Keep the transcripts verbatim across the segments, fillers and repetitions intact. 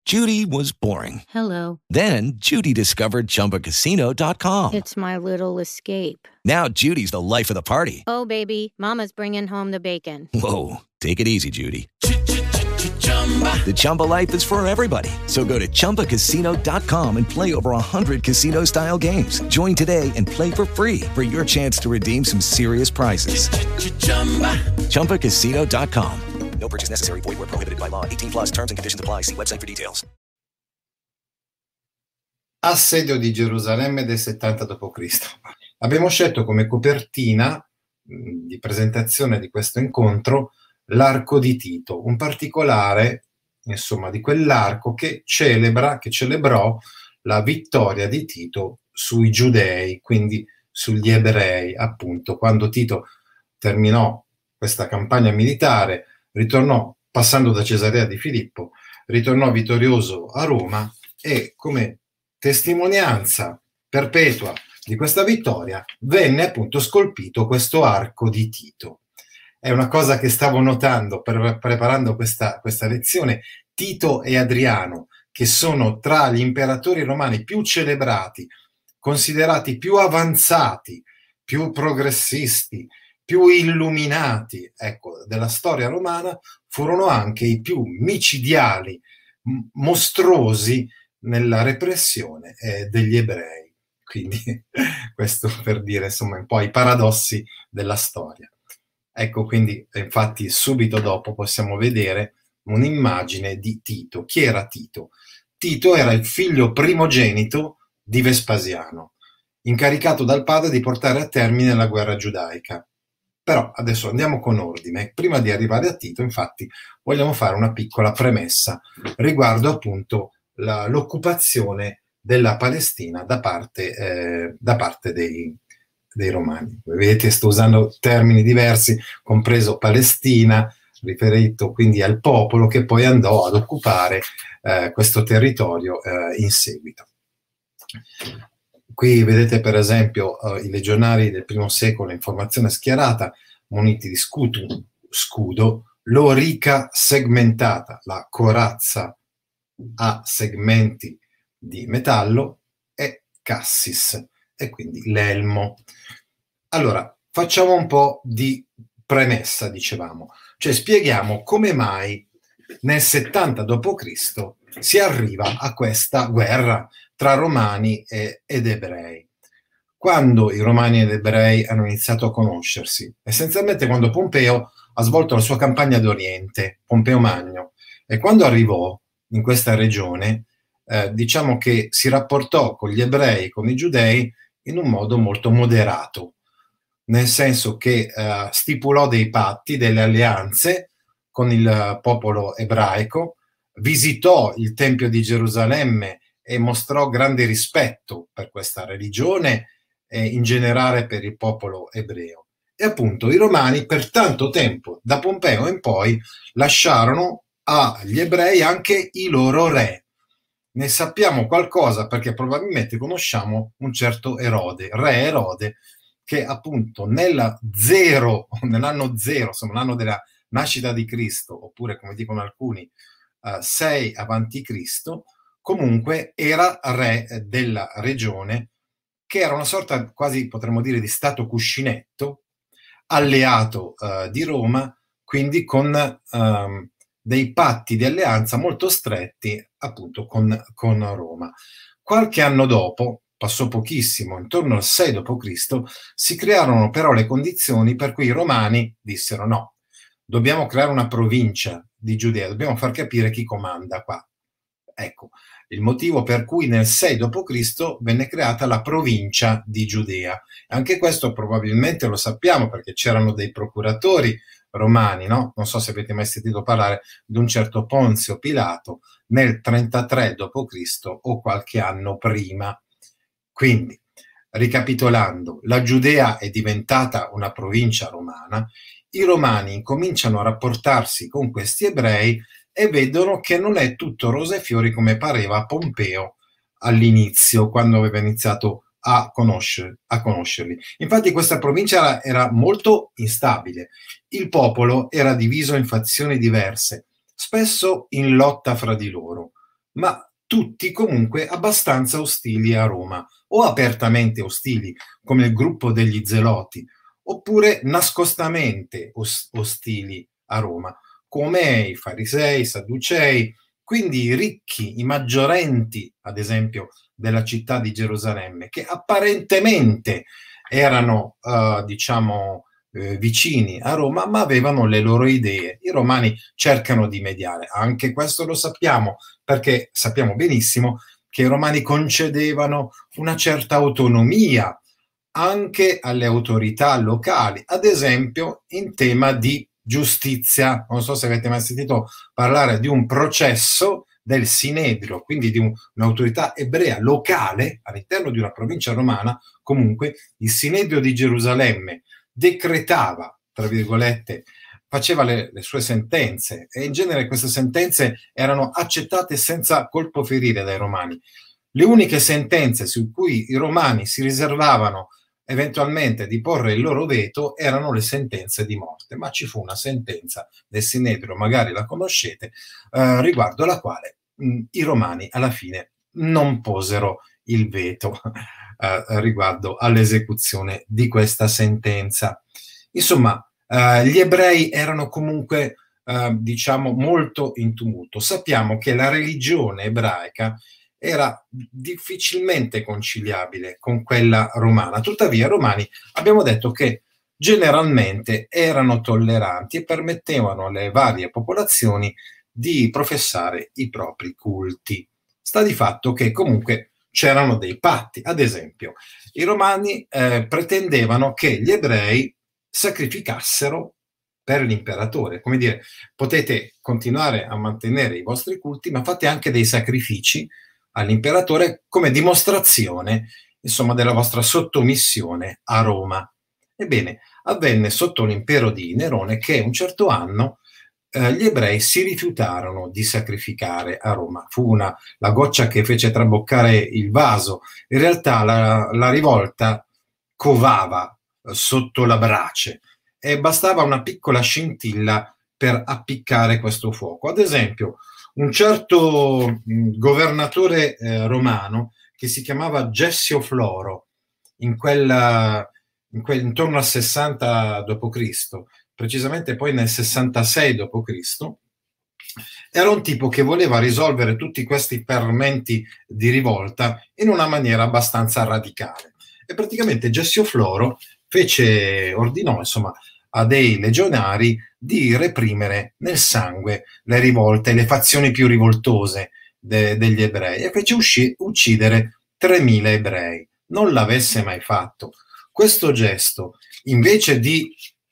Judy was boring. Hello. Then Judy discovered Chumba Casino dot com. It's my little escape. Now Judy's the life of the party. Oh, baby, mama's bringing home the bacon. Whoa, take it easy, Judy. The Chumba life is for everybody. So go to Chumba Casino dot com and play over one hundred casino-style games. Join today and play for free for your chance to redeem some serious prizes. Chumba Casino dot com. No purchase necessary. Void where prohibited by law. eighteen plus terms and conditions apply. See website for details. Assedio di Gerusalemme del settanta dopo Cristo Abbiamo scelto come copertina mh, di presentazione di questo incontro l'arco di Tito, un particolare, insomma, di quell'arco che celebra, che celebrò la vittoria di Tito sui giudei, quindi sugli ebrei, appunto, quando Tito terminò questa campagna militare, ritornò, passando da Cesarea di Filippo, ritornò vittorioso a Roma e come testimonianza perpetua di questa vittoria venne appunto scolpito questo arco di Tito. È una cosa che stavo notando per, preparando questa, questa lezione. Tito e Adriano, che sono tra gli imperatori romani più celebrati, considerati più avanzati, più progressisti, più illuminati, ecco, della storia romana, furono anche i più micidiali, m- mostruosi nella repressione eh, degli ebrei. Quindi questo per dire, insomma, un po' i paradossi della storia. Ecco, quindi, infatti, subito dopo possiamo vedere un'immagine di Tito. Chi era Tito? Tito era il figlio primogenito di Vespasiano, incaricato dal padre di portare a termine la guerra giudaica. Però adesso andiamo con ordine. Prima di arrivare a Tito, infatti, vogliamo fare una piccola premessa riguardo appunto la, l'occupazione della Palestina da parte, eh, da parte dei, dei Romani. Vedete, sto usando termini diversi, compreso Palestina, riferito quindi al popolo che poi andò ad occupare eh, questo territorio eh, in seguito. Qui vedete per esempio uh, i legionari del primo secolo in formazione schierata, muniti di scudo, scudo, l'orica segmentata, la corazza a segmenti di metallo e cassis, e quindi l'elmo. Allora, facciamo un po' di premessa, dicevamo, cioè spieghiamo come mai nel settanta dopo Cristo si arriva a questa guerra tra romani e, ed ebrei. Quando i romani ed ebrei hanno iniziato a conoscersi? Essenzialmente quando Pompeo ha svolto la sua campagna d'Oriente, Pompeo Magno, e quando arrivò in questa regione, eh, diciamo che si rapportò con gli ebrei, con i giudei, in un modo molto moderato, nel senso che eh, stipulò dei patti, delle alleanze con il popolo ebraico, visitò il Tempio di Gerusalemme e mostrò grande rispetto per questa religione e in generale per il popolo ebreo. E appunto i romani per tanto tempo, da Pompeo in poi, lasciarono agli ebrei anche i loro re. Ne sappiamo qualcosa perché probabilmente conosciamo un certo Erode, re Erode, che appunto nella zero, nell'anno zero, insomma l'anno della nascita di Cristo, oppure come dicono alcuni, uh, sei avanti Cristo, comunque era re della regione, che era una sorta quasi potremmo dire di stato cuscinetto, alleato uh, di Roma, quindi con um, dei patti di alleanza molto stretti appunto con, con Roma. Qualche anno dopo, passò pochissimo, intorno al sei dopo Cristo, si crearono però le condizioni per cui i romani dissero no, dobbiamo creare una provincia di Giudea, dobbiamo far capire chi comanda qua. Ecco, il motivo per cui nel sei dopo Cristo venne creata la provincia di Giudea. Anche questo probabilmente lo sappiamo perché c'erano dei procuratori romani, no? Non so se avete mai sentito parlare di un certo Ponzio Pilato nel trentatré dopo Cristo o qualche anno prima. Quindi, ricapitolando, la Giudea è diventata una provincia romana, i romani incominciano a rapportarsi con questi ebrei e vedono che non è tutto rose e fiori come pareva a Pompeo all'inizio, quando aveva iniziato a, conoscer- a conoscerli. Infatti questa provincia era, era molto instabile, il popolo era diviso in fazioni diverse, spesso in lotta fra di loro. ma tutti comunque abbastanza ostili a Roma, o apertamente ostili, come il gruppo degli Zeloti, oppure nascostamente os- ostili a Roma, come i farisei, i sadducei, quindi i ricchi, i maggiorenti, ad esempio, della città di Gerusalemme, che apparentemente erano, uh, diciamo, eh, vicini a Roma, ma avevano le loro idee. I romani cercano di mediare, anche questo lo sappiamo, perché sappiamo benissimo che i romani concedevano una certa autonomia anche alle autorità locali, ad esempio in tema di giustizia. Non so se avete mai sentito parlare di un processo del Sinedrio, quindi di un, un'autorità ebrea locale all'interno di una provincia romana. Comunque il Sinedrio di Gerusalemme decretava, tra virgolette, faceva le, le sue sentenze, e in genere queste sentenze erano accettate senza colpo ferire dai romani. Le uniche sentenze su cui i romani si riservavano eventualmente di porre il loro veto erano le sentenze di morte, ma ci fu una sentenza del Sinedrio, magari la conoscete, eh, riguardo la quale mh, i romani alla fine non posero il veto eh, riguardo all'esecuzione di questa sentenza. Insomma, eh, gli ebrei erano comunque, eh, diciamo, molto in tumulto. Sappiamo che la religione ebraica era difficilmente conciliabile con quella romana. Tuttavia, i romani, abbiamo detto che generalmente erano tolleranti e permettevano alle varie popolazioni di professare i propri culti. Sta di fatto che comunque c'erano dei patti. Ad esempio, i romani eh, pretendevano che gli ebrei sacrificassero per l'imperatore. Come dire, potete continuare a mantenere i vostri culti, ma fate anche dei sacrifici all'imperatore come dimostrazione, insomma, della vostra sottomissione a Roma. Ebbene, avvenne sotto l'impero di Nerone che un certo anno eh, gli ebrei si rifiutarono di sacrificare a Roma. Fu una, la goccia che fece traboccare il vaso. In realtà la, la rivolta covava eh, sotto la brace e bastava una piccola scintilla per appiccare questo fuoco. Ad esempio, un certo mh, governatore eh, romano che si chiamava Gessio Floro, in quella, in quel, intorno al sessanta dopo Cristo, precisamente poi nel sessantasei dopo Cristo, era un tipo che voleva risolvere tutti questi fermenti di rivolta in una maniera abbastanza radicale. E praticamente Gessio Floro fece, ordinò, insomma, a dei legionari di reprimere nel sangue le rivolte, le fazioni più rivoltose de- degli ebrei, e fece usci- uccidere tremila ebrei. Non l'avesse mai fatto. Questo gesto, invece di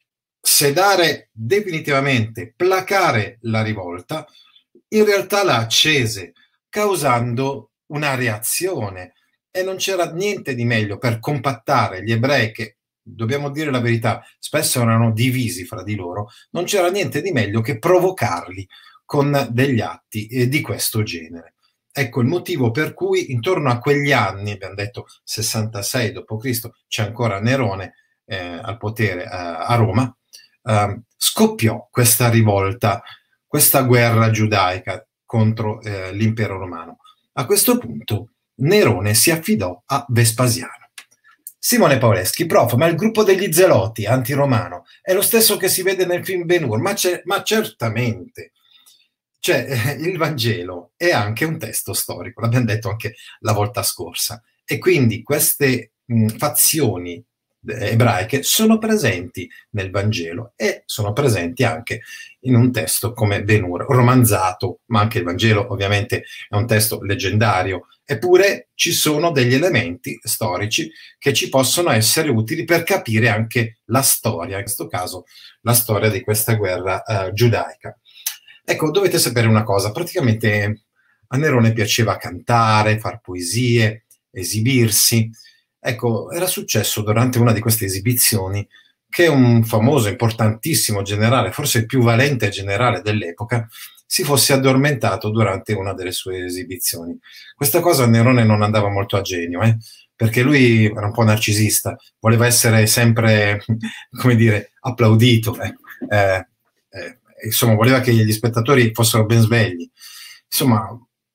sedare definitivamente, placare la rivolta, in realtà la accese, causando una reazione. E non c'era niente di meglio per compattare gli ebrei che, dobbiamo dire la verità, spesso erano divisi fra di loro. Non c'era niente di meglio che provocarli con degli atti eh, di questo genere. Ecco il motivo per cui intorno a quegli anni, abbiamo detto sessantasei dopo Cristo, c'è ancora Nerone eh, al potere eh, a Roma, eh, scoppiò questa rivolta, questa guerra giudaica contro eh, l'impero romano. A questo punto Nerone si affidò a Vespasiano. Simone Paoleschi, prof, ma il gruppo degli Zeloti antiromano è lo stesso che si vede nel film Ben-Hur? Ma, ma certamente. Cioè, eh, il Vangelo è anche un testo storico, l'abbiamo detto anche la volta scorsa, e quindi queste mh, fazioni ebraiche sono presenti nel Vangelo e sono presenti anche in un testo come Ben-Hur, romanzato, ma anche il Vangelo ovviamente è un testo leggendario. Eppure ci sono degli elementi storici che ci possono essere utili per capire anche la storia, in questo caso la storia di questa guerra uh, giudaica. Ecco, dovete sapere una cosa, praticamente a Nerone piaceva cantare, far poesie, esibirsi. Ecco, era successo durante una di queste esibizioni che un famoso, importantissimo generale, forse il più valente generale dell'epoca, si fosse addormentato durante una delle sue esibizioni. Questa cosa a Nerone non andava molto a genio, eh? Perché lui era un po' narcisista, voleva essere sempre, come dire, applaudito, eh? Eh, eh, insomma, voleva che gli spettatori fossero ben svegli. Insomma,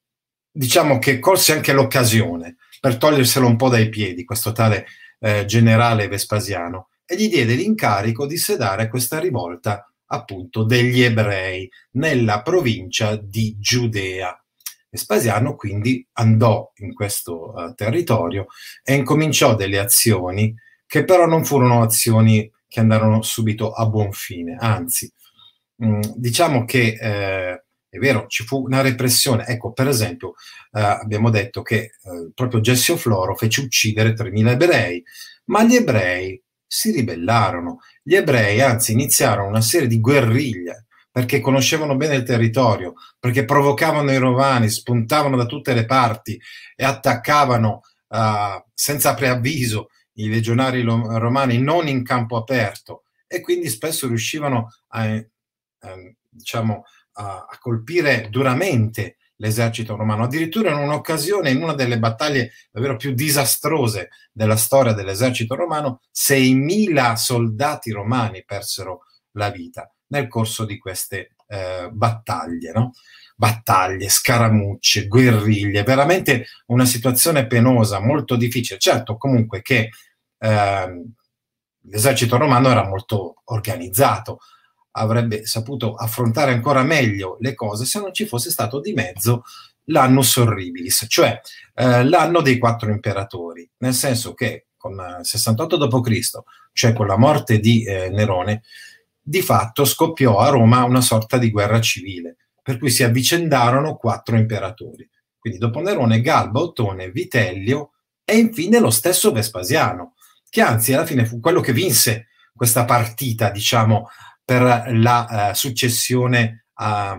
diciamo che colse anche l'occasione per toglierselo un po' dai piedi, questo tale eh, generale Vespasiano, e gli diede l'incarico di sedare questa rivolta appunto degli ebrei nella provincia di Giudea. Vespasiano quindi andò in questo uh, territorio e incominciò delle azioni che però non furono azioni che andarono subito a buon fine, anzi, mh, diciamo che eh, è vero, ci fu una repressione. Ecco, per esempio, eh, abbiamo detto che eh, proprio Gessio Floro fece uccidere tremila ebrei, ma gli ebrei si ribellarono. Gli ebrei, anzi, iniziarono una serie di guerriglie, perché conoscevano bene il territorio, perché provocavano i romani, spuntavano da tutte le parti e attaccavano uh, senza preavviso i legionari lo- romani non in campo aperto, e quindi spesso riuscivano a, a, diciamo, a, a colpire duramente l'esercito romano. Addirittura in un'occasione, in una delle battaglie davvero più disastrose della storia dell'esercito romano, seimila soldati romani persero la vita nel corso di queste eh, battaglie, no? Battaglie, scaramucce, guerriglie, veramente una situazione penosa, molto difficile. Certo, comunque che eh, l'esercito romano era molto organizzato, avrebbe saputo affrontare ancora meglio le cose se non ci fosse stato di mezzo l'annus horribilis, cioè eh, l'anno dei quattro imperatori, nel senso che con eh, sessantotto dopo Cristo, cioè con la morte di eh, Nerone, di fatto scoppiò a Roma una sorta di guerra civile, per cui si avvicendarono quattro imperatori. Quindi dopo Nerone, Galba, Ottone, Vitellio e infine lo stesso Vespasiano, che anzi alla fine fu quello che vinse questa partita, diciamo, per la uh, successione a,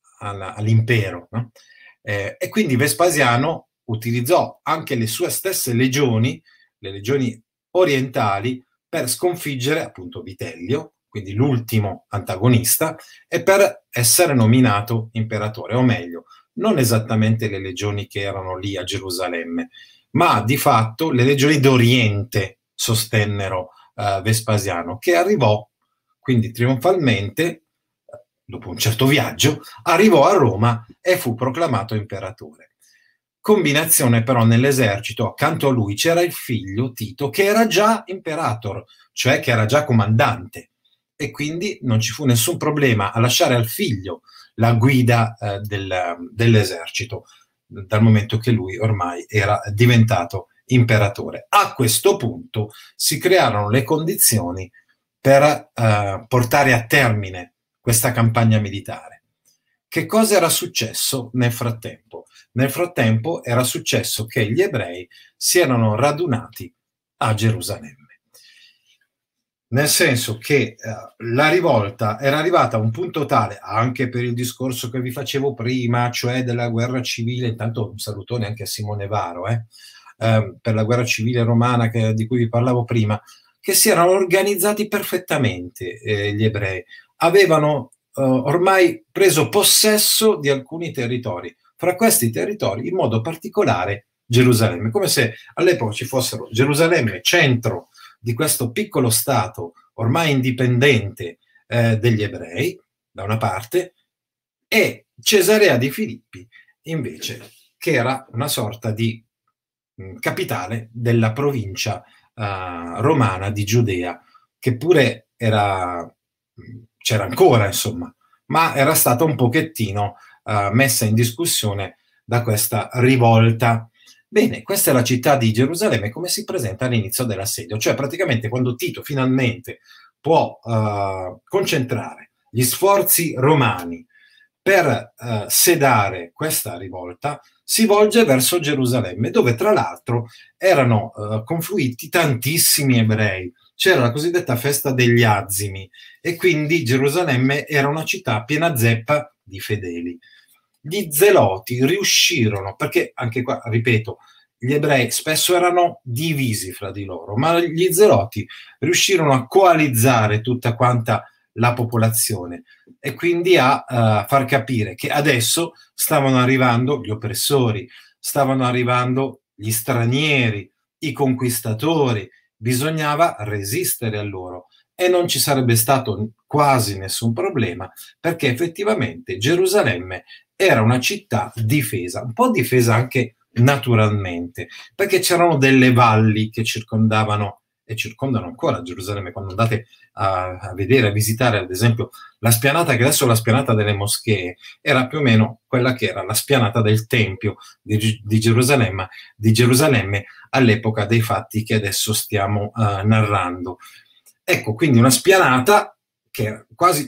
a, all'impero. No? Eh, e quindi Vespasiano utilizzò anche le sue stesse legioni, le legioni orientali, per sconfiggere appunto Vitellio, quindi l'ultimo antagonista, e per essere nominato imperatore, o meglio, non esattamente le legioni che erano lì a Gerusalemme, ma di fatto le legioni d'Oriente sostennero uh, Vespasiano, che arrivò quindi trionfalmente, dopo un certo viaggio, arrivò a Roma e fu proclamato imperatore. Combinazione però nell'esercito, accanto a lui c'era il figlio Tito, che era già imperator, cioè che era già comandante, e quindi non ci fu nessun problema a lasciare al figlio la guida eh, del, dell'esercito, dal momento che lui ormai era diventato imperatore. A questo punto si crearono le condizioni per eh, portare a termine questa campagna militare. Che cosa era successo nel frattempo? Nel frattempo era successo che gli ebrei si erano radunati a Gerusalemme. Nel senso che eh, la rivolta era arrivata a un punto tale, anche per il discorso che vi facevo prima, cioè della guerra civile, intanto un salutone anche a Simone Varo, eh, eh, per la guerra civile romana che, di cui vi parlavo prima, che si erano organizzati perfettamente eh, gli ebrei, avevano eh, ormai preso possesso di alcuni territori, fra questi territori in modo particolare Gerusalemme, come se all'epoca ci fossero Gerusalemme, centro di questo piccolo stato ormai indipendente eh, degli ebrei, da una parte, e Cesarea di Filippi, invece, che era una sorta di mh, capitale della provincia uh, romana di Giudea, che pure era, c'era ancora, insomma, ma era stata un pochettino uh, messa in discussione da questa rivolta. Bene, questa è la città di Gerusalemme, come si presenta all'inizio dell'assedio, cioè praticamente quando Tito finalmente può uh, concentrare gli sforzi romani per uh, sedare questa rivolta, si volge verso Gerusalemme, dove tra l'altro erano uh, confluiti tantissimi ebrei. C'era la cosiddetta festa degli azimi e quindi Gerusalemme era una città piena zeppa di fedeli. Gli zeloti riuscirono, perché anche qua, ripeto, gli ebrei spesso erano divisi fra di loro, ma gli zeloti riuscirono a coalizzare tutta quanta la popolazione e quindi a uh, far capire che adesso stavano arrivando gli oppressori, stavano arrivando gli stranieri, i conquistatori, bisognava resistere a loro. E non ci sarebbe stato quasi nessun problema, perché effettivamente Gerusalemme era una città difesa, un po' difesa anche naturalmente, perché c'erano delle valli che circondavano e circondano ancora Gerusalemme. Quando andate a, a vedere, a visitare ad esempio la spianata, che adesso è la spianata delle moschee, era più o meno quella che era la spianata del Tempio di, di, Gerusalemme, di Gerusalemme all'epoca dei fatti che adesso stiamo uh, narrando. Ecco, quindi una spianata che quasi,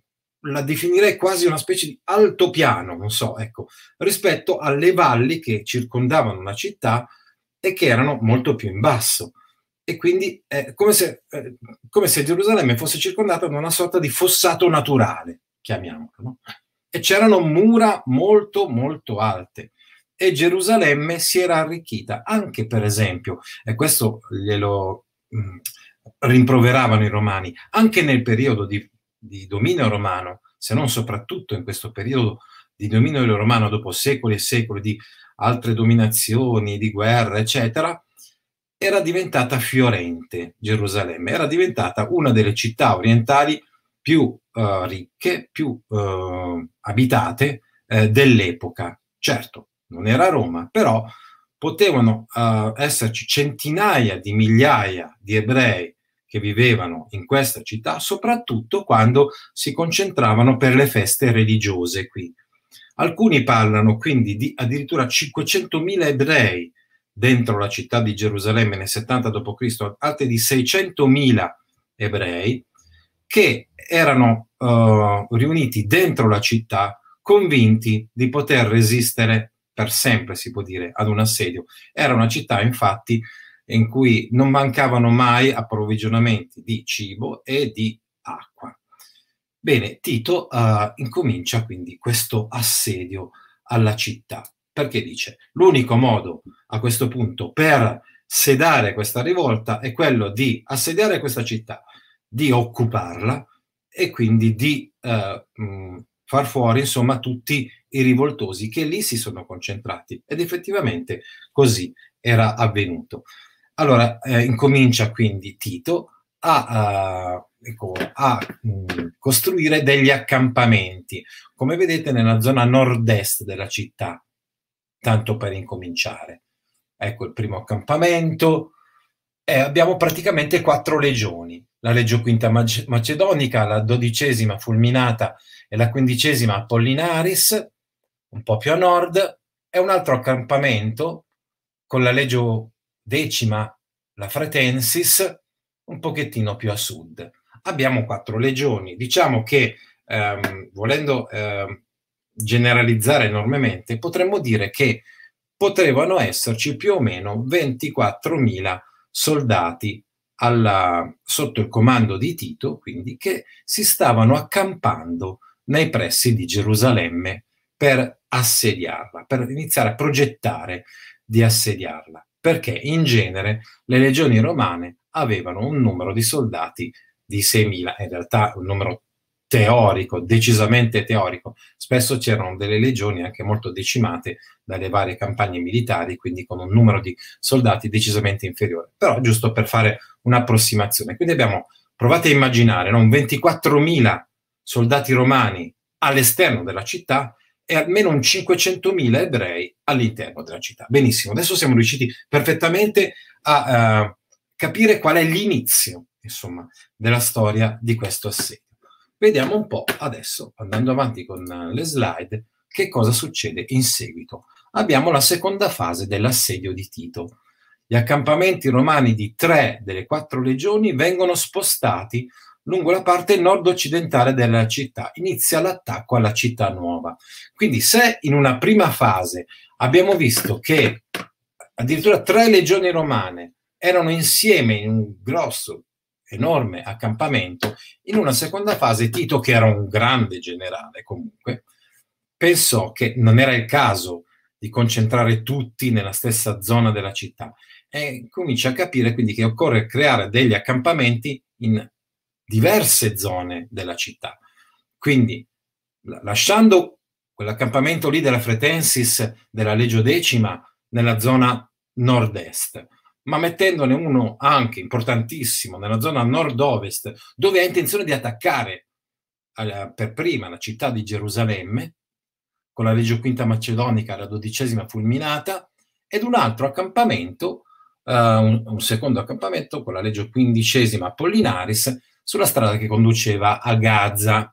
la definirei quasi una specie di altopiano, non so, ecco, rispetto alle valli che circondavano la città e che erano molto più in basso. E quindi è come se, eh, come se Gerusalemme fosse circondata da una sorta di fossato naturale, chiamiamolo, no? E c'erano mura molto molto alte e Gerusalemme si era arricchita anche, per esempio, e questo glielo mh, rimproveravano i romani, anche nel periodo di, di dominio romano, se non soprattutto in questo periodo di dominio romano, dopo secoli e secoli di altre dominazioni, di guerre, eccetera, era diventata fiorente Gerusalemme, era diventata una delle città orientali più uh, ricche, più uh, abitate uh, dell'epoca. Certo, non era Roma, però potevano uh, esserci centinaia di migliaia di ebrei che vivevano in questa città, soprattutto quando si concentravano per le feste religiose qui. Alcuni parlano quindi di addirittura cinquecentomila ebrei dentro la città di Gerusalemme nel settanta dopo Cristo, altri di seicentomila ebrei che erano uh, riuniti dentro la città, convinti di poter resistere per sempre, si può dire, ad un assedio. Era una città, infatti, in cui non mancavano mai approvvigionamenti di cibo e di acqua. Bene, Tito uh, incomincia quindi questo assedio alla città, perché dice: l'unico modo a questo punto per sedare questa rivolta è quello di assediare questa città, di occuparla e quindi di uh, mh, far fuori, insomma, tutti i rivoltosi che lì si sono concentrati. Ed effettivamente così era avvenuto. Allora, eh, incomincia quindi Tito a, uh, ecco, a mh, costruire degli accampamenti, come vedete nella zona nord-est della città, tanto per incominciare. Ecco il primo accampamento. Eh, abbiamo praticamente quattro legioni: la Legio Quinta Mace- Macedonica, la dodicesima Fulminata e la quindicesima Apollinaris, un po' più a nord, e un altro accampamento con la Legio Decima, la Fretensis, un pochettino più a sud. Abbiamo quattro legioni. Diciamo che, ehm, volendo ehm, generalizzare enormemente, potremmo dire che potevano esserci più o meno ventiquattromila soldati alla, sotto il comando di Tito, quindi, che si stavano accampando nei pressi di Gerusalemme per assediarla, per iniziare a progettare di assediarla, perché in genere le legioni romane avevano un numero di soldati di seimila, in realtà un numero teorico, decisamente teorico. Spesso c'erano delle legioni anche molto decimate dalle varie campagne militari, quindi con un numero di soldati decisamente inferiore, però giusto per fare un'approssimazione. Quindi abbiamo, provate a immaginare, no? ventiquattromila soldati romani all'esterno della città e almeno un cinquecentomila ebrei all'interno della città. Benissimo, adesso siamo riusciti perfettamente a uh, capire qual è l'inizio, insomma, della storia di questo assedio. Vediamo un po' adesso, andando avanti con le slide, che cosa succede in seguito. Abbiamo la seconda fase dell'assedio di Tito. Gli accampamenti romani di tre delle quattro legioni vengono spostati lungo la parte nord-occidentale della città. Inizia l'attacco alla città nuova. Quindi se in una prima fase abbiamo visto che addirittura tre legioni romane erano insieme in un grosso, enorme accampamento, in una seconda fase Tito, che era un grande generale comunque, pensò che non era il caso di concentrare tutti nella stessa zona della città e comincia a capire quindi che occorre creare degli accampamenti in diverse zone della città. Quindi, lasciando quell'accampamento lì della Fretensis, della Legio Decima, nella zona nord-est, ma mettendone uno anche importantissimo nella zona nord-ovest, dove ha intenzione di attaccare eh, per prima la città di Gerusalemme, con la Legio Quinta Macedonica, la dodicesima fulminata, ed un altro accampamento, uh, un, un secondo accampamento con la Legio Quindicesima Apollinaris sulla strada che conduceva a Gaza.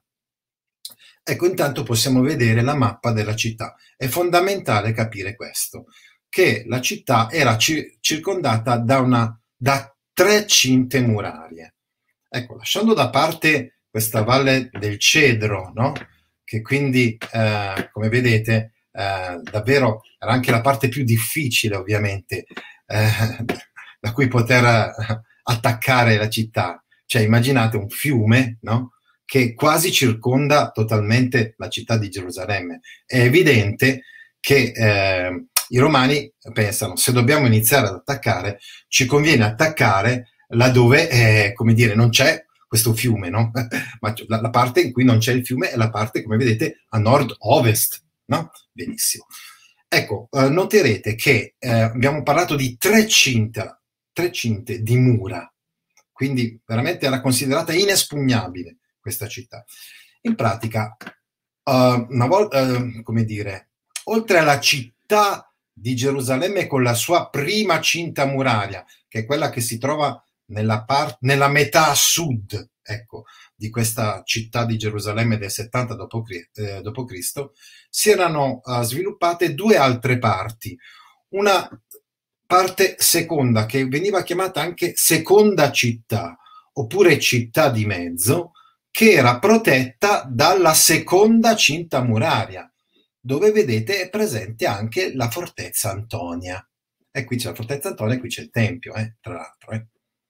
Ecco, intanto possiamo vedere la mappa della città. È fondamentale capire questo, che la città era ci- circondata da, una, da tre cinte murarie. Ecco, lasciando da parte questa valle del Cedro, no? Che quindi, eh, come vedete, eh, davvero era anche la parte più difficile, ovviamente, eh, da cui poter attaccare la città. Cioè, immaginate un fiume, no? Che quasi circonda totalmente la città di Gerusalemme. È evidente che eh, i romani pensano, se dobbiamo iniziare ad attaccare, ci conviene attaccare laddove, eh, come dire, non c'è questo fiume, no? Ma la, la parte in cui non c'è il fiume è la parte, come vedete, a nord-ovest, no? Benissimo. Ecco, eh, noterete che eh, abbiamo parlato di tre cinte, tre cinte di mura, quindi veramente era considerata inespugnabile questa città. In pratica, uh, una volta, uh, come dire, oltre alla città di Gerusalemme con la sua prima cinta muraria, che è quella che si trova nella, part- nella metà a sud, ecco, di questa città di Gerusalemme del settanta dopo Cristo, si erano uh, sviluppate due altre parti. Una parte seconda, che veniva chiamata anche seconda città, oppure città di mezzo, che era protetta dalla seconda cinta muraria, dove vedete è presente anche la fortezza Antonia. E qui c'è la fortezza Antonia e qui c'è il Tempio, eh, tra l'altro. Eh.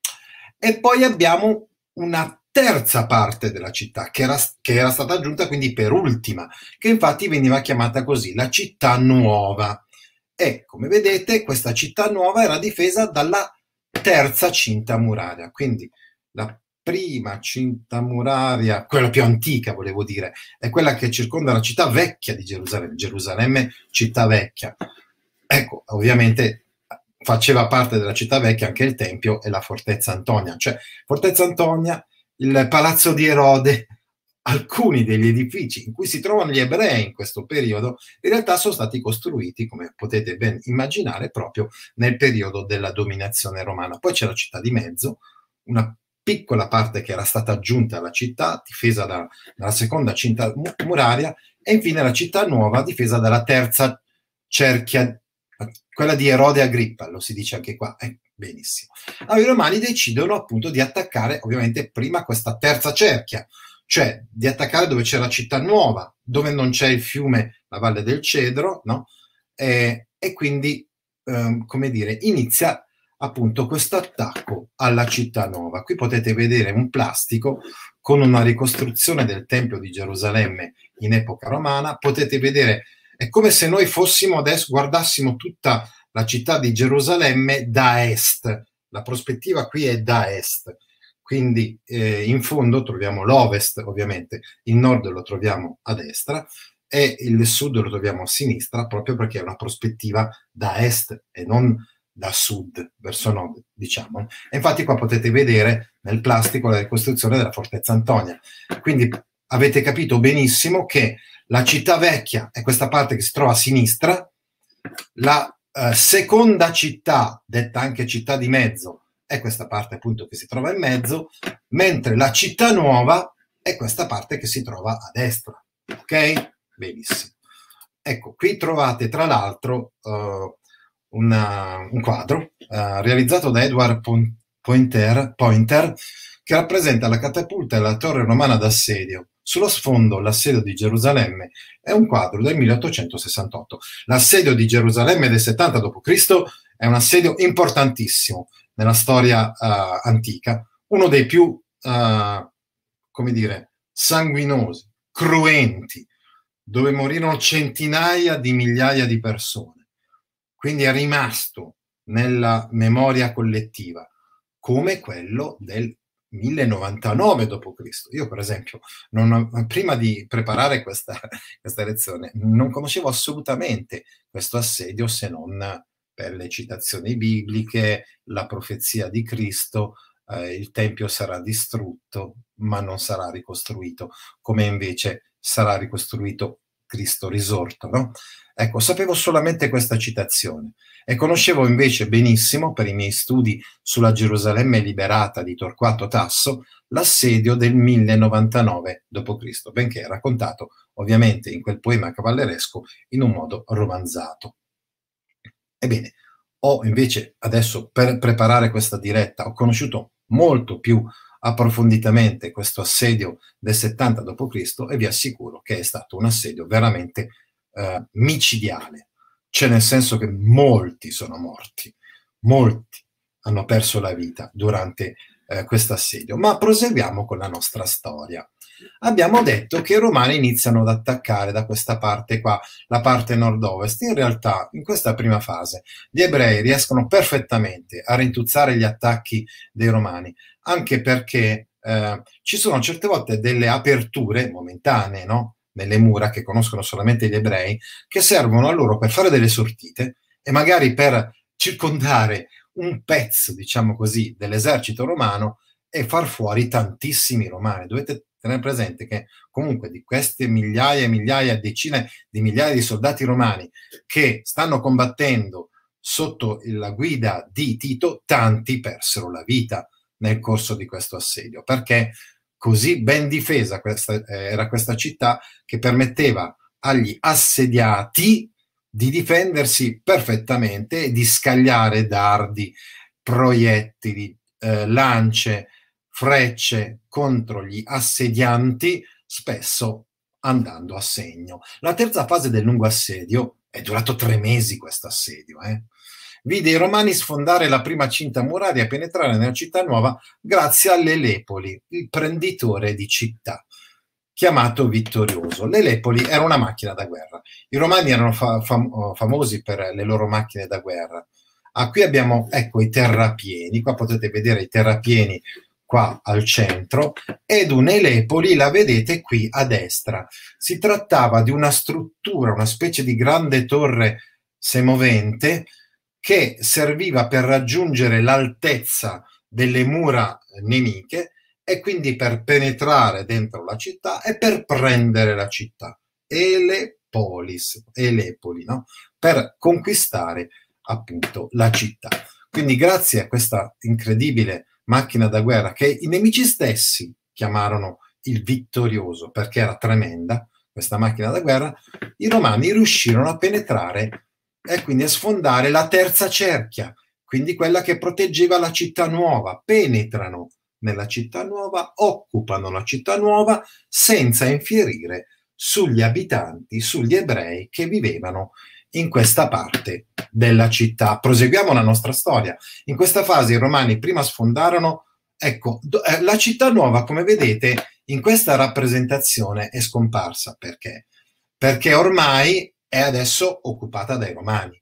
E poi abbiamo una terza parte della città, che era, che era stata aggiunta quindi per ultima, che infatti veniva chiamata così, la città nuova. E, come vedete, questa città nuova era difesa dalla terza cinta muraria, quindi la prima cinta muraria, quella più antica volevo dire, è quella che circonda la città vecchia di Gerusalemme, Gerusalemme città vecchia. Ecco, ovviamente faceva parte della città vecchia anche il Tempio e la fortezza Antonia, cioè fortezza Antonia, il palazzo di Erode, alcuni degli edifici in cui si trovano gli ebrei in questo periodo, in realtà sono stati costruiti, come potete ben immaginare, proprio nel periodo della dominazione romana. Poi c'è la città di mezzo, una piccola parte che era stata aggiunta alla città, difesa da, dalla seconda cinta muraria, e infine la città nuova, difesa dalla terza cerchia, quella di Erode Agrippa, lo si dice anche qua. Eh, benissimo. Allora i romani decidono appunto di attaccare, ovviamente, prima questa terza cerchia, cioè di attaccare dove c'è la città nuova, dove non c'è il fiume, la Valle del Cedro, no? E, e quindi, ehm, come dire, inizia appunto questo attacco alla città nuova. Qui potete vedere un plastico con una ricostruzione del Tempio di Gerusalemme in epoca romana. Potete vedere, è come se noi fossimo adesso, guardassimo tutta la città di Gerusalemme da est. La prospettiva qui è da est. Quindi eh, in fondo troviamo l'ovest, ovviamente, il nord lo troviamo a destra e il sud lo troviamo a sinistra, proprio perché è una prospettiva da est e non da sud verso nord, diciamo. E infatti qua potete vedere nel plastico la ricostruzione della fortezza Antonia. Quindi avete capito benissimo che la città vecchia è questa parte che si trova a sinistra, la eh, seconda città, detta anche città di mezzo, è questa parte appunto che si trova in mezzo, mentre la città nuova è questa parte che si trova a destra. Ok? Benissimo. Ecco, qui trovate tra l'altro uh, una, un quadro uh, realizzato da Edward Pointer, Pointer che rappresenta la catapulta e la torre romana d'assedio. Sullo sfondo l'assedio di Gerusalemme. È un quadro del milleottocentosessantotto. L'assedio di Gerusalemme del settanta dopo Cristo è un assedio importantissimo nella storia uh, antica, uno dei più, uh, come dire, sanguinosi, cruenti, dove morirono centinaia di migliaia di persone. Quindi è rimasto nella memoria collettiva come quello del mille novantanove dopo Cristo. Io, per esempio, non, prima di preparare questa, questa lezione, non conoscevo assolutamente questo assedio se non per le citazioni bibliche, la profezia di Cristo, eh, il Tempio sarà distrutto, ma non sarà ricostruito, come invece sarà ricostruito Cristo risorto, no? Ecco, sapevo solamente questa citazione e conoscevo invece benissimo, per i miei studi sulla Gerusalemme liberata di Torquato Tasso, l'assedio del mille novantanove dopo Cristo, benché raccontato ovviamente in quel poema cavalleresco in un modo romanzato. Ebbene, ho invece adesso, per preparare questa diretta, ho conosciuto molto più approfonditamente questo assedio del settanta dopo Cristo e vi assicuro che è stato un assedio veramente eh, micidiale, cioè nel senso che molti sono morti, molti hanno perso la vita durante eh, questo assedio. Ma proseguiamo con la nostra storia. Abbiamo detto che i romani iniziano ad attaccare da questa parte qua, la parte nord-ovest. In realtà, in questa prima fase, gli ebrei riescono perfettamente a rintuzzare gli attacchi dei romani, anche perché eh, ci sono certe volte delle aperture momentanee, no? Nelle mura che conoscono solamente gli ebrei, che servono a loro per fare delle sortite e magari per circondare un pezzo, diciamo così, dell'esercito romano e far fuori tantissimi romani. Dovete tenere presente che comunque di queste migliaia e migliaia, decine di migliaia di soldati romani che stanno combattendo sotto la guida di Tito, tanti persero la vita nel corso di questo assedio, perché così ben difesa questa, eh, era questa città che permetteva agli assediati di difendersi perfettamente e di scagliare dardi, proiettili, eh, lance, frecce contro gli assedianti, spesso andando a segno. La terza fase del lungo assedio è durato tre mesi questo assedio, eh? Vide i romani sfondare la prima cinta muraria e penetrare nella città nuova grazie all'Elepoli, il prenditore di città, chiamato Vittorioso. L'Elepoli era una macchina da guerra. I romani erano fa- fam- famosi per le loro macchine da guerra. Ah, qui abbiamo, ecco, i terrapieni. Qua potete vedere i terrapieni qua al centro, ed un'Elepoli la vedete qui a destra. Si trattava di una struttura, una specie di grande torre semovente che serviva per raggiungere l'altezza delle mura nemiche e quindi per penetrare dentro la città e per prendere la città. Elepolis, Elepoli, no? Per conquistare appunto la città. Quindi grazie a questa incredibile macchina da guerra che i nemici stessi chiamarono il Vittorioso, perché era tremenda questa macchina da guerra, i romani riuscirono a penetrare e quindi a sfondare la terza cerchia, quindi quella che proteggeva la città nuova. Penetrano nella città nuova, occupano la città nuova senza infierire sugli abitanti, sugli ebrei che vivevano in questa parte della città. Proseguiamo la nostra storia. In questa fase i romani prima sfondarono, ecco, la città nuova, come vedete, in questa rappresentazione è scomparsa. Perché? Perché ormai è adesso occupata dai romani.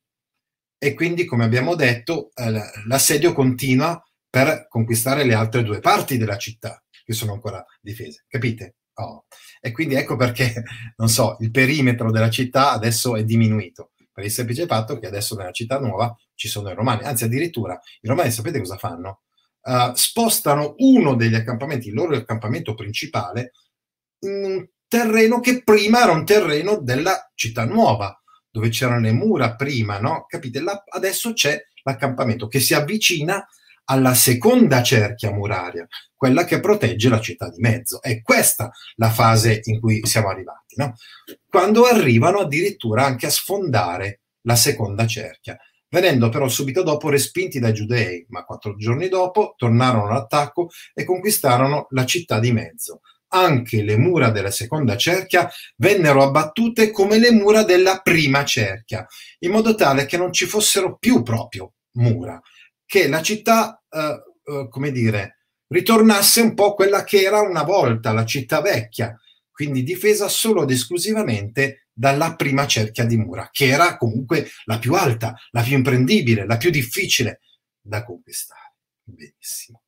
E quindi, come abbiamo detto, eh, l'assedio continua per conquistare le altre due parti della città, che sono ancora difese. Capite? Oh. E quindi ecco perché, non so, il perimetro della città adesso è diminuito, per il semplice fatto che adesso nella città nuova ci sono i romani. Anzi, addirittura, i romani sapete cosa fanno? Uh, spostano uno degli accampamenti, il loro accampamento principale, in un terreno che prima era un terreno della città nuova, dove c'erano le mura prima, no? Capite? La, adesso c'è l'accampamento che si avvicina alla seconda cerchia muraria, quella che protegge la città di mezzo. È questa la fase in cui siamo arrivati, no? Quando arrivano addirittura anche a sfondare la seconda cerchia, venendo però subito dopo respinti dai giudei, ma quattro giorni dopo tornarono all'attacco e conquistarono la città di mezzo. Anche le mura della seconda cerchia vennero abbattute come le mura della prima cerchia, in modo tale che non ci fossero più proprio mura, che la città, eh, eh, come dire, ritornasse un po' quella che era una volta la città vecchia, quindi difesa solo ed esclusivamente dalla prima cerchia di mura, che era comunque la più alta, la più imprendibile, la più difficile da conquistare. Benissimo.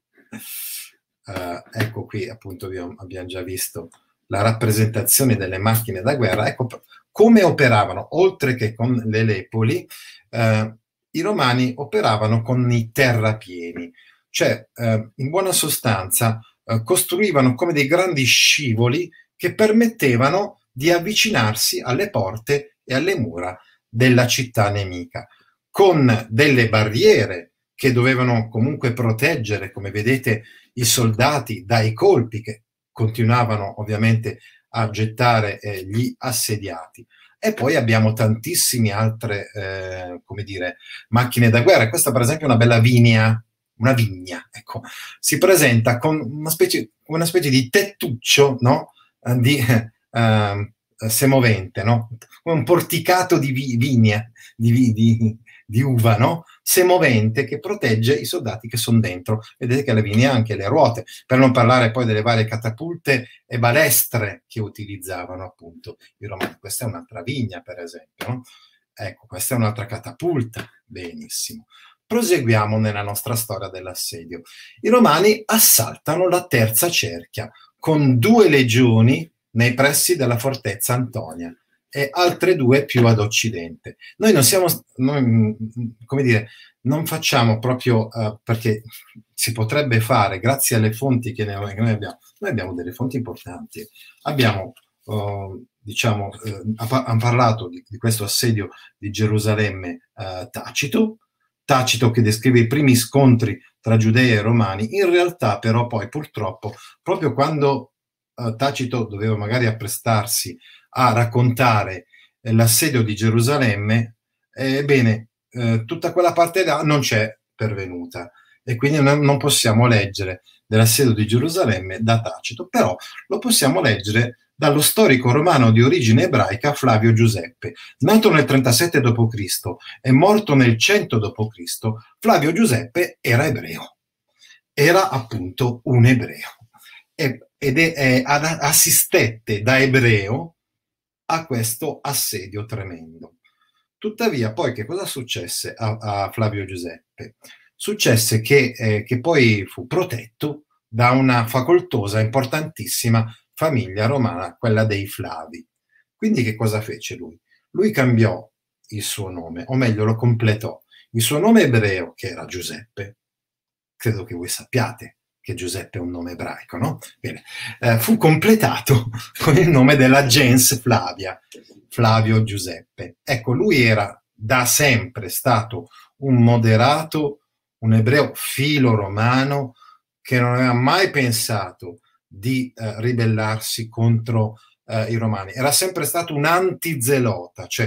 Uh, ecco qui appunto abbiamo già visto la rappresentazione delle macchine da guerra. Ecco come operavano, oltre che con le lepoli, uh, i romani operavano con i terrapieni, cioè uh, in buona sostanza uh, costruivano come dei grandi scivoli che permettevano di avvicinarsi alle porte e alle mura della città nemica, con delle barriere che dovevano comunque proteggere, come vedete, i soldati dai colpi che continuavano ovviamente a gettare eh, gli assediati. E poi abbiamo tantissime altre, eh, come dire, macchine da guerra. Questa per esempio è una bella vigna, una vigna, ecco, si presenta con una specie, una specie di tettuccio, no? Di eh, semovente, no? Un porticato di vi, vigna, di, di, di uva, no? Semovente, che protegge i soldati che sono dentro. Vedete che alla vigna ha anche le ruote, per non parlare poi delle varie catapulte e balestre che utilizzavano appunto i romani. Questa è un'altra vigna, per esempio, no? Ecco, questa è un'altra catapulta. Benissimo. Proseguiamo nella nostra storia dell'assedio. I romani assaltano la terza cerchia con due legioni nei pressi della fortezza Antonia e altre due più ad occidente. Noi non siamo, noi, come dire, non facciamo proprio uh, perché si potrebbe fare, grazie alle fonti che, ne, che noi abbiamo. Noi abbiamo delle fonti importanti. Abbiamo, uh, diciamo, uh, ha parlato di, di questo assedio di Gerusalemme uh, Tacito, Tacito che descrive i primi scontri tra Giudei e Romani. In realtà però poi purtroppo proprio quando uh, Tacito doveva magari apprestarsi a raccontare eh, l'assedio di Gerusalemme, ebbene eh, tutta quella parte là non c'è pervenuta e quindi non, non possiamo leggere dell'assedio di Gerusalemme da Tacito, però lo possiamo leggere dallo storico romano di origine ebraica Flavio Giuseppe. Nato nel trentasette dopo Cristo e morto nel cento dopo Cristo, Flavio Giuseppe era ebreo. Era appunto un ebreo. E, ed è, è, assistette da ebreo a questo assedio tremendo. Tuttavia, poi che cosa successe a, a Flavio Giuseppe? Successe che, eh, che poi fu protetto da una facoltosa, importantissima famiglia romana, quella dei Flavi. Quindi che cosa fece lui? Lui cambiò il suo nome, o meglio lo completò. Il suo nome ebreo, che era Giuseppe, credo che voi sappiate che Giuseppe è un nome ebraico, no? Bene, eh, fu completato con il nome della gens Flavia, Flavio Giuseppe. Ecco, lui era da sempre stato un moderato, un ebreo filo romano che non aveva mai pensato di eh, ribellarsi contro eh, i romani. Era sempre stato un antizelota, cioè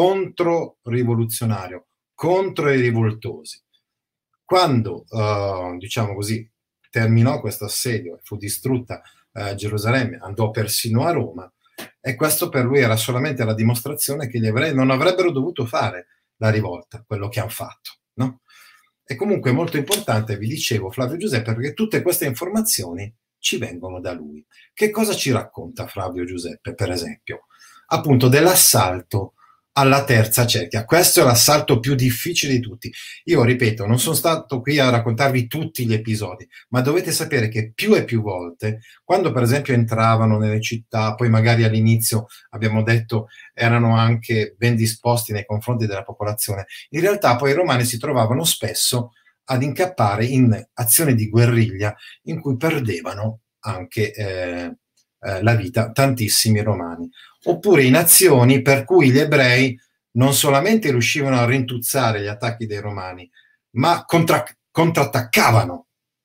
contro-rivoluzionario, contro i rivoltosi. Quando, eh, diciamo così, terminò questo assedio e fu distrutta eh, Gerusalemme, andò persino a Roma, e questo per lui era solamente la dimostrazione che gli ebrei non avrebbero dovuto fare la rivolta, quello che hanno fatto, no? E comunque è molto importante, vi dicevo, Flavio Giuseppe, perché tutte queste informazioni ci vengono da lui. Che cosa ci racconta Flavio Giuseppe, per esempio? Appunto dell'assalto alla terza cerchia. Questo è l'assalto più difficile di tutti. Io ripeto, non sono stato qui a raccontarvi tutti gli episodi, ma dovete sapere che più e più volte, quando per esempio entravano nelle città, poi magari all'inizio abbiamo detto erano anche ben disposti nei confronti della popolazione, in realtà poi i romani si trovavano spesso ad incappare in azioni di guerriglia in cui perdevano anche eh, eh, la vita tantissimi romani, oppure in azioni per cui gli ebrei non solamente riuscivano a rintuzzare gli attacchi dei romani, ma contra- contrattaccavano.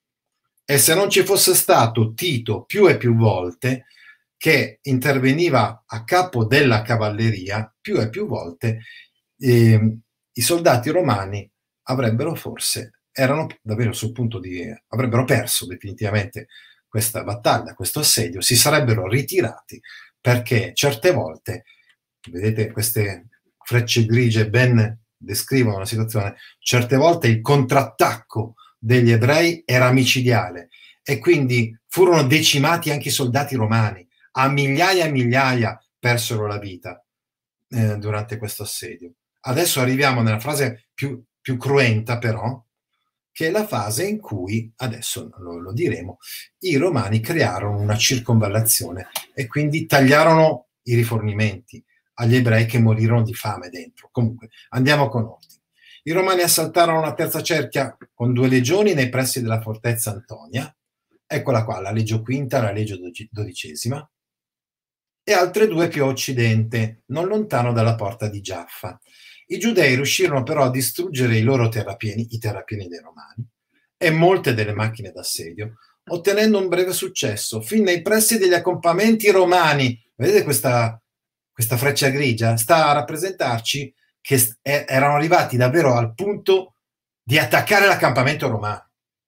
E se non ci fosse stato Tito più e più volte che interveniva a capo della cavalleria, più e più volte eh, i soldati romani avrebbero forse, erano davvero sul punto di, avrebbero perso definitivamente questa battaglia, questo assedio, si sarebbero ritirati, perché certe volte, vedete queste frecce grigie ben descrivono la situazione, certe volte il contrattacco degli ebrei era micidiale e quindi furono decimati anche i soldati romani, a migliaia e migliaia persero la vita eh, durante questo assedio. Adesso arriviamo nella fase più, più cruenta però, che è la fase in cui, adesso lo, lo diremo, i romani crearono una circonvallazione e quindi tagliarono i rifornimenti agli ebrei che morirono di fame dentro. Comunque, andiamo con ordine. I romani assaltarono la terza cerchia con due legioni nei pressi della fortezza Antonia. Eccola qua, la legio quinta, la legio dodicesima. e altre due più a occidente, non lontano dalla porta di Giaffa. I giudei riuscirono però a distruggere i loro terrapieni, i terrapieni dei romani, e molte delle macchine d'assedio, ottenendo un breve successo, fin nei pressi degli accampamenti romani. Vedete questa, questa freccia grigia? Sta a rappresentarci che st- erano arrivati davvero al punto di attaccare l'accampamento romano,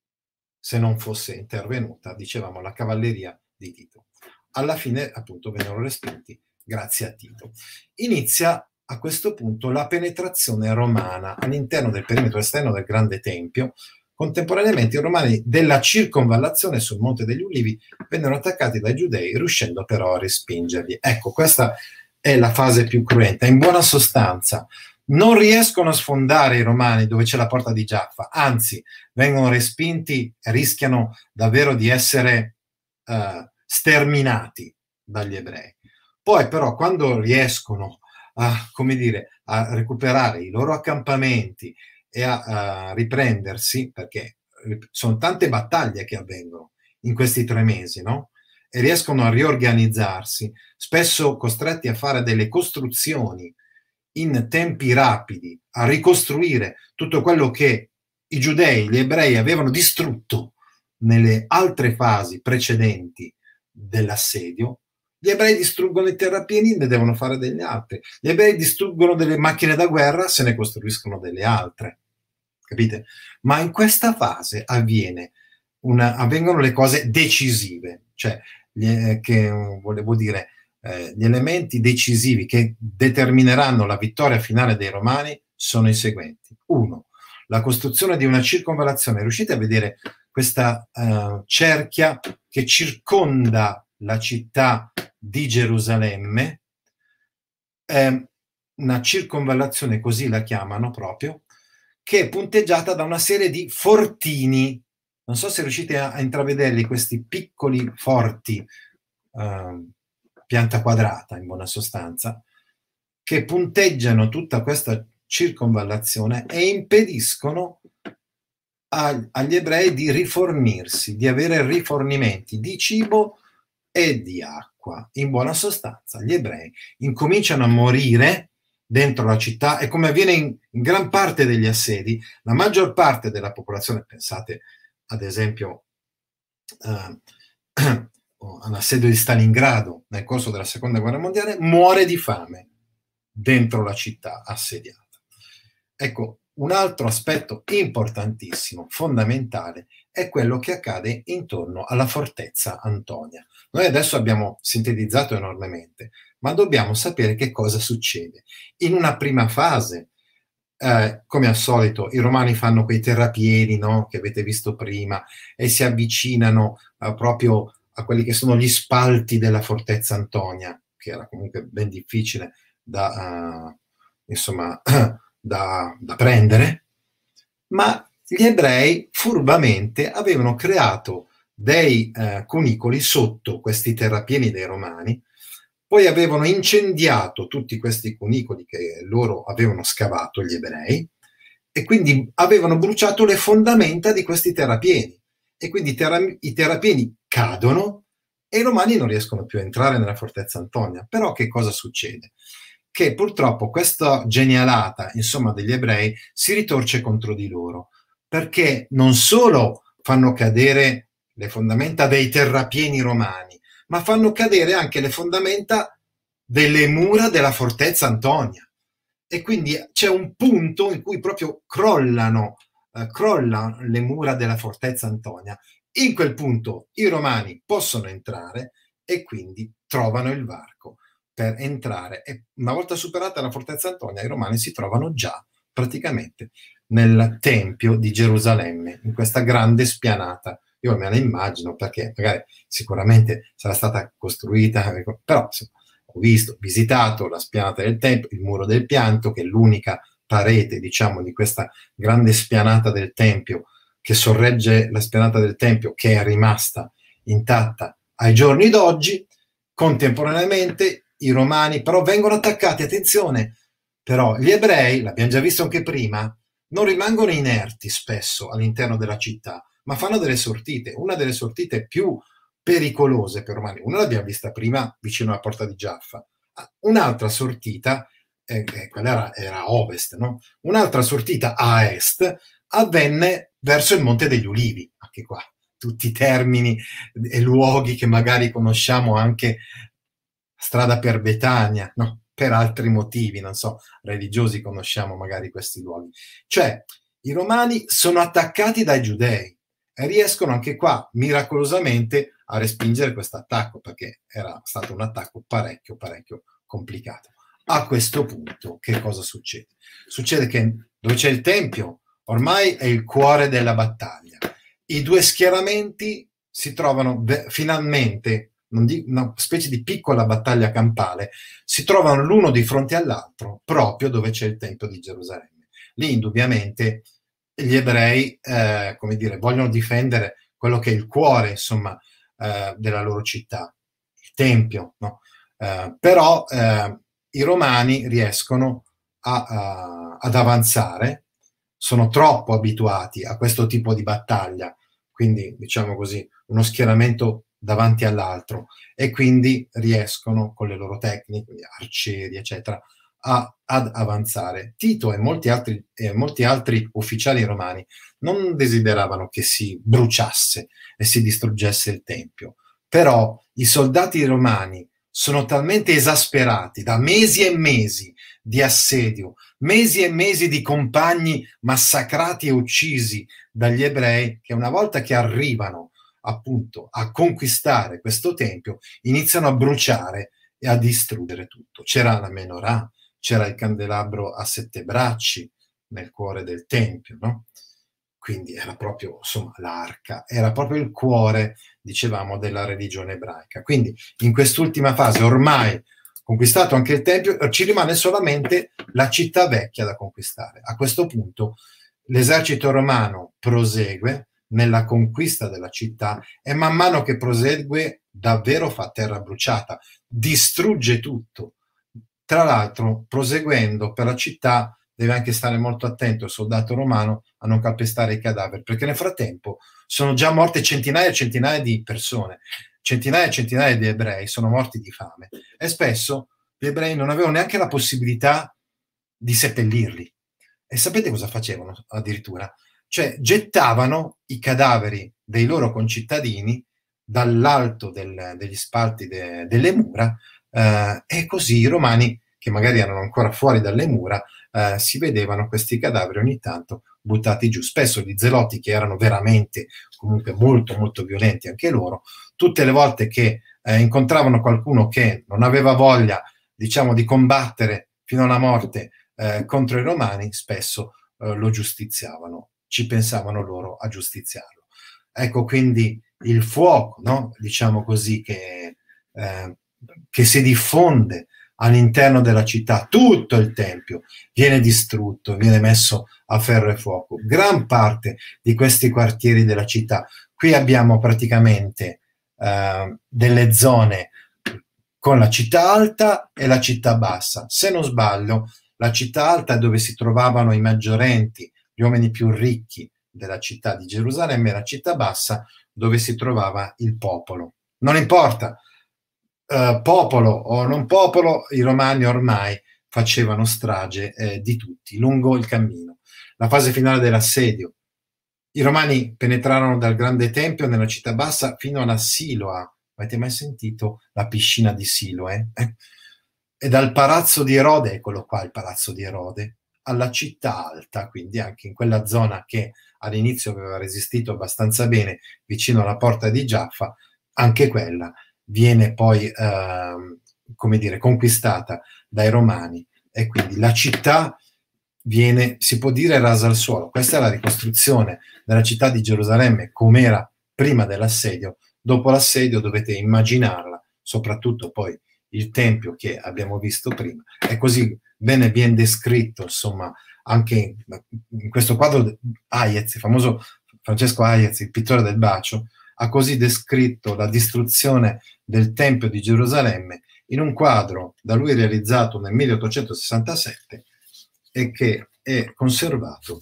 se non fosse intervenuta, dicevamo, la cavalleria di Tito. Alla fine, appunto, vennero respinti grazie a Tito. Inizia a questo punto la penetrazione romana all'interno del perimetro esterno del Grande Tempio. Contemporaneamente i romani della circonvallazione sul Monte degli Ulivi vennero attaccati dai giudei, riuscendo però a respingerli. Ecco, questa è la fase più cruenta. In buona sostanza, non riescono a sfondare i romani dove c'è la porta di Giaffa, anzi, vengono respinti e rischiano davvero di essere uh, sterminati dagli ebrei. Poi però quando riescono a, come dire, a recuperare i loro accampamenti e a, a riprendersi, perché sono tante battaglie che avvengono in questi tre mesi, no? E riescono a riorganizzarsi, spesso costretti a fare delle costruzioni in tempi rapidi, a ricostruire tutto quello che i giudei, gli ebrei avevano distrutto nelle altre fasi precedenti dell'assedio. Gli ebrei distruggono i terrapieni, ne devono fare degli altri. Gli ebrei distruggono delle macchine da guerra, se ne costruiscono delle altre. Capite? Ma in questa fase avviene una, avvengono le cose decisive, cioè gli, che volevo dire eh, gli elementi decisivi che determineranno la vittoria finale dei Romani sono i seguenti. Uno, la costruzione di una circonvallazione. Riuscite a vedere questa uh, cerchia che circonda la città di Gerusalemme? Eh, una circonvallazione, così la chiamano proprio, che è punteggiata da una serie di fortini. Non so se riuscite a, a intravederli, questi piccoli forti, uh, pianta quadrata in buona sostanza, che punteggiano tutta questa circonvallazione e impediscono a, agli ebrei di rifornirsi, di avere rifornimenti di cibo e di acqua. In buona sostanza, gli ebrei incominciano a morire dentro la città, e come avviene in, in gran parte degli assedi, la maggior parte della popolazione, pensate ad esempio uh, all'assedio di Stalingrado nel corso della seconda guerra mondiale, muore di fame dentro la città assediata. Ecco, un altro aspetto importantissimo, fondamentale, è quello che accade intorno alla fortezza Antonia. Noi adesso abbiamo sintetizzato enormemente, ma dobbiamo sapere che cosa succede. In una prima fase, eh, come al solito, i romani fanno quei terrapieni, no, che avete visto prima, e si avvicinano eh, proprio a quelli che sono gli spalti della fortezza Antonia, che era comunque ben difficile da, uh, insomma, da, da prendere, ma gli ebrei furbamente avevano creato dei uh, cunicoli sotto questi terrapieni dei romani, poi avevano incendiato tutti questi cunicoli che loro avevano scavato, gli ebrei, e quindi avevano bruciato le fondamenta di questi terrapieni, e quindi i, terra- i terrapieni cadono e i romani non riescono più a entrare nella fortezza Antonia. Però che cosa succede? Che purtroppo questa genialata, insomma, degli ebrei si ritorce contro di loro, perché non solo fanno cadere le fondamenta dei terrapieni romani, ma fanno cadere anche le fondamenta delle mura della fortezza Antonia. E quindi c'è un punto in cui proprio crollano, eh, crollano le mura della fortezza Antonia. In quel punto i romani possono entrare e quindi trovano il varco per entrare, e una volta superata la fortezza Antonia i romani si trovano già praticamente nel Tempio di Gerusalemme, in questa grande spianata. Io me la immagino, perché magari sicuramente sarà stata costruita, però insomma, ho visto, visitato la spianata del Tempio, il muro del pianto, che è l'unica parete, diciamo, di questa grande spianata del Tempio che sorregge la spianata del Tempio, che è rimasta intatta ai giorni d'oggi. Contemporaneamente i romani però vengono attaccati, attenzione, però gli ebrei, l'abbiamo già visto anche prima, non rimangono inerti spesso all'interno della città, ma fanno delle sortite. Una delle sortite più pericolose per i Romani. Una l'abbiamo vista prima vicino alla porta di Giaffa, un'altra sortita, eh, quella era, era a ovest, no? Un'altra sortita a est avvenne verso il Monte degli Ulivi, anche qua tutti termini e luoghi che magari conosciamo anche strada per Betania, no? Per altri motivi, non so, religiosi, conosciamo magari questi luoghi. Cioè, i Romani sono attaccati dai Giudei e riescono anche qua miracolosamente a respingere questo attacco, perché era stato un attacco parecchio, parecchio complicato. A questo punto, che cosa succede? Succede che dove c'è il Tempio, ormai è il cuore della battaglia. I due schieramenti si trovano finalmente, non dico, una specie di piccola battaglia campale, si trovano l'uno di fronte all'altro, proprio dove c'è il Tempio di Gerusalemme. Lì indubbiamente gli ebrei, eh, come dire, vogliono difendere quello che è il cuore, insomma, eh, della loro città, il Tempio, no? Eh, però eh, i romani riescono a, a, ad avanzare, sono troppo abituati a questo tipo di battaglia, quindi diciamo così, uno schieramento davanti all'altro, e quindi riescono con le loro tecniche, arcieri, eccetera, a, ad avanzare. Tito e molti altri, e molti altri ufficiali romani non desideravano che si bruciasse e si distruggesse il Tempio, però i soldati romani sono talmente esasperati da mesi e mesi di assedio, mesi e mesi di compagni massacrati e uccisi dagli ebrei, che una volta che arrivano appunto a conquistare questo tempio, iniziano a bruciare e a distruggere tutto. C'era la menorah, c'era il candelabro a sette bracci nel cuore del tempio, no? Quindi era proprio, insomma, l'arca, era proprio il cuore, dicevamo, della religione ebraica. Quindi in quest'ultima fase, ormai conquistato anche il Tempio, ci rimane solamente la città vecchia da conquistare. A questo punto l'esercito romano prosegue nella conquista della città e man mano che prosegue davvero fa terra bruciata, distrugge tutto. Tra l'altro, proseguendo per la città, deve anche stare molto attento il soldato romano a non calpestare i cadaveri, perché nel frattempo sono già morte centinaia e centinaia di persone, centinaia e centinaia di ebrei sono morti di fame, e spesso gli ebrei non avevano neanche la possibilità di seppellirli. E sapete cosa facevano addirittura? Cioè gettavano i cadaveri dei loro concittadini dall'alto del, degli spalti de, delle mura, eh, e così i romani, che magari erano ancora fuori dalle mura, eh, si vedevano questi cadaveri ogni tanto buttati giù. Spesso gli zeloti, che erano veramente comunque molto molto violenti anche loro, tutte le volte che eh, incontravano qualcuno che non aveva voglia, diciamo, di combattere fino alla morte eh, contro i romani, spesso eh, lo giustiziavano, ci pensavano loro a giustiziarlo. Ecco quindi il fuoco, no? Diciamo così, che, eh, che si diffonde all'interno della città. Tutto il tempio viene distrutto, viene messo a ferro e fuoco. Gran parte di questi quartieri della città, qui abbiamo praticamente eh, delle zone con la città alta e la città bassa. Se non sbaglio, la città alta è dove si trovavano i maggiorenti, gli uomini più ricchi della città di Gerusalemme, e la città bassa dove si trovava il popolo. Non importa, Uh, popolo o non popolo, i romani ormai facevano strage eh, di tutti lungo il cammino. La fase finale dell'assedio, i romani penetrarono dal grande tempio nella città bassa fino alla Siloa. Avete mai sentito la piscina di Siloe? Eh? E dal palazzo di Erode, eccolo qua il palazzo di Erode, alla città alta, quindi anche in quella zona che all'inizio aveva resistito abbastanza bene vicino alla porta di Giaffa, anche quella viene poi, eh, come dire, conquistata dai romani, e quindi la città viene, si può dire, rasa al suolo. Questa è la ricostruzione della città di Gerusalemme com'era prima dell'assedio. Dopo l'assedio dovete immaginarla, soprattutto poi il tempio che abbiamo visto prima. È così bene ben descritto, insomma, anche in questo quadro Hayez, il famoso Francesco Hayez, il pittore del bacio, ha così descritto la distruzione del Tempio di Gerusalemme in un quadro da lui realizzato nel milleottocentosessantasette e che è conservato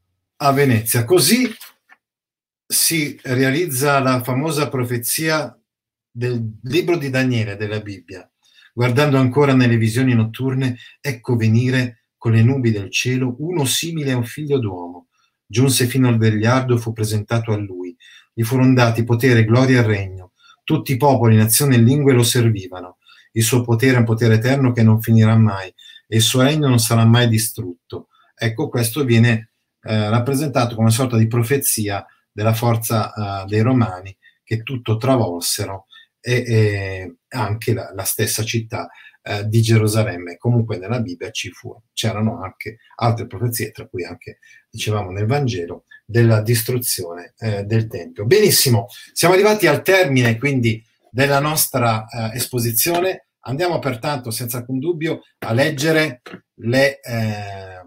a Venezia. Così si realizza la famosa profezia del libro di Daniele della Bibbia, guardando ancora nelle visioni notturne, ecco venire con le nubi del cielo uno simile a un figlio d'uomo. Giunse fino al vegliardo e fu presentato a lui. Gli furono dati potere, gloria e regno. Tutti i popoli, nazioni e lingue lo servivano. Il suo potere è un potere eterno che non finirà mai e il suo regno non sarà mai distrutto. Ecco, questo viene eh, rappresentato come una sorta di profezia della forza eh, dei Romani che tutto travolsero e, e anche la, la stessa città eh, di Gerusalemme. Comunque nella Bibbia ci fu, c'erano anche altre profezie, tra cui anche, dicevamo nel Vangelo, della distruzione eh, del Tempio. Benissimo, siamo arrivati al termine quindi della nostra eh, esposizione. Andiamo pertanto senza alcun dubbio a leggere le, eh,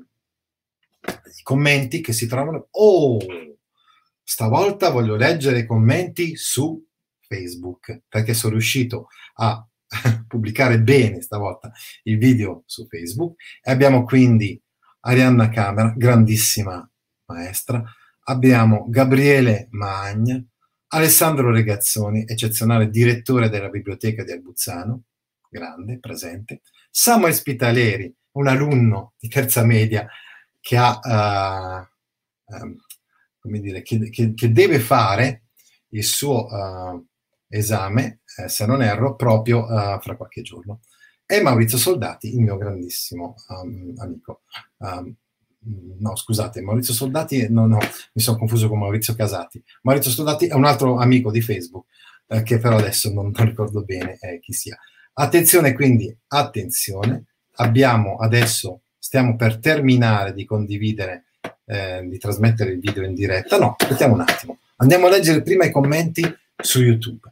i commenti che si trovano. Oh, stavolta voglio leggere i commenti su Facebook, perché sono riuscito a pubblicare bene stavolta il video su Facebook e abbiamo quindi Arianna Camera, grandissima maestra, abbiamo Gabriele Magna, Alessandro Regazzoni, eccezionale direttore della biblioteca di Albuzzano, grande, presente, Samuel Spitaleri, un alunno di terza media che ha, uh, um, come dire, che, che, che deve fare il suo uh, esame, eh, se non erro, proprio uh, fra qualche giorno. E Maurizio Soldati, il mio grandissimo um, amico. Um, no, scusate, Maurizio Soldati, no, no, mi sono confuso con Maurizio Casati. Maurizio Soldati è un altro amico di Facebook, eh, che però adesso non, non ricordo bene eh, chi sia. Attenzione quindi, attenzione, abbiamo adesso, stiamo per terminare di condividere, eh, di trasmettere il video in diretta. No, aspettiamo un attimo. Andiamo a leggere prima i commenti su YouTube.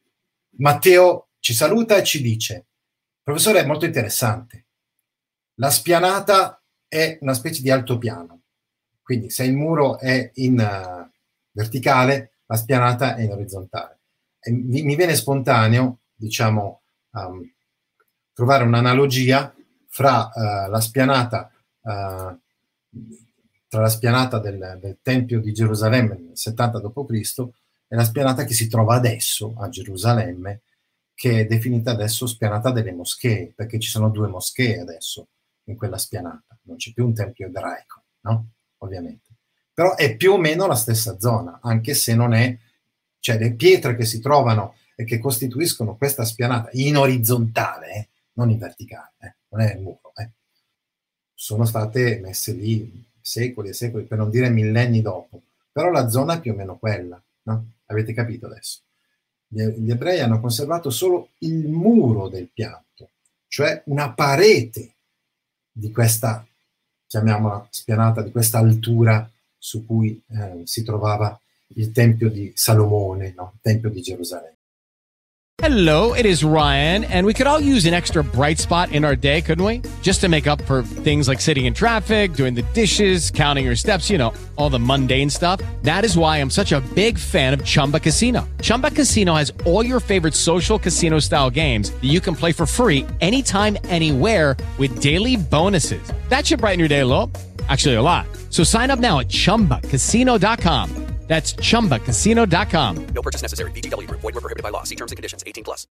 Matteo ci saluta e ci dice: professore, è molto interessante. La spianata è una specie di altopiano. Quindi se il muro è in uh, verticale, la spianata è in orizzontale. E mi, mi viene spontaneo, diciamo, um, trovare un'analogia fra uh, la spianata uh, tra la spianata del, del Tempio di Gerusalemme nel settanta dopo Cristo e la spianata che si trova adesso a Gerusalemme, che è definita adesso spianata delle moschee, perché ci sono due moschee adesso in quella spianata, non c'è più un tempio ebraico, no? Ovviamente. Però è più o meno la stessa zona, anche se non è, cioè le pietre che si trovano e che costituiscono questa spianata in orizzontale, eh, non in verticale, eh, non è il muro, eh, sono state messe lì secoli e secoli, per non dire millenni dopo, però la zona è più o meno quella, no? Avete capito adesso? Gli ebrei hanno conservato solo il muro del pianto, cioè una parete di questa, chiamiamola spianata, di questa altura su cui eh, si trovava il Tempio di Salomone, no? Il Tempio di Gerusalemme. Hello, it is Ryan, and we could all use an extra bright spot in our day, couldn't we? Just to make up for things like sitting in traffic, doing the dishes, counting your steps, you know, all the mundane stuff. That is why I'm such a big fan of Chumba Casino. Chumba Casino has all your favorite social casino-style games that you can play for free anytime, anywhere with daily bonuses. That should brighten your day a little. Actually, a lot. So sign up now at chumba casino dot com. That's chumba casino dot com. No purchase necessary. V G W Group. Void where prohibited by law. See terms and conditions. eighteen plus.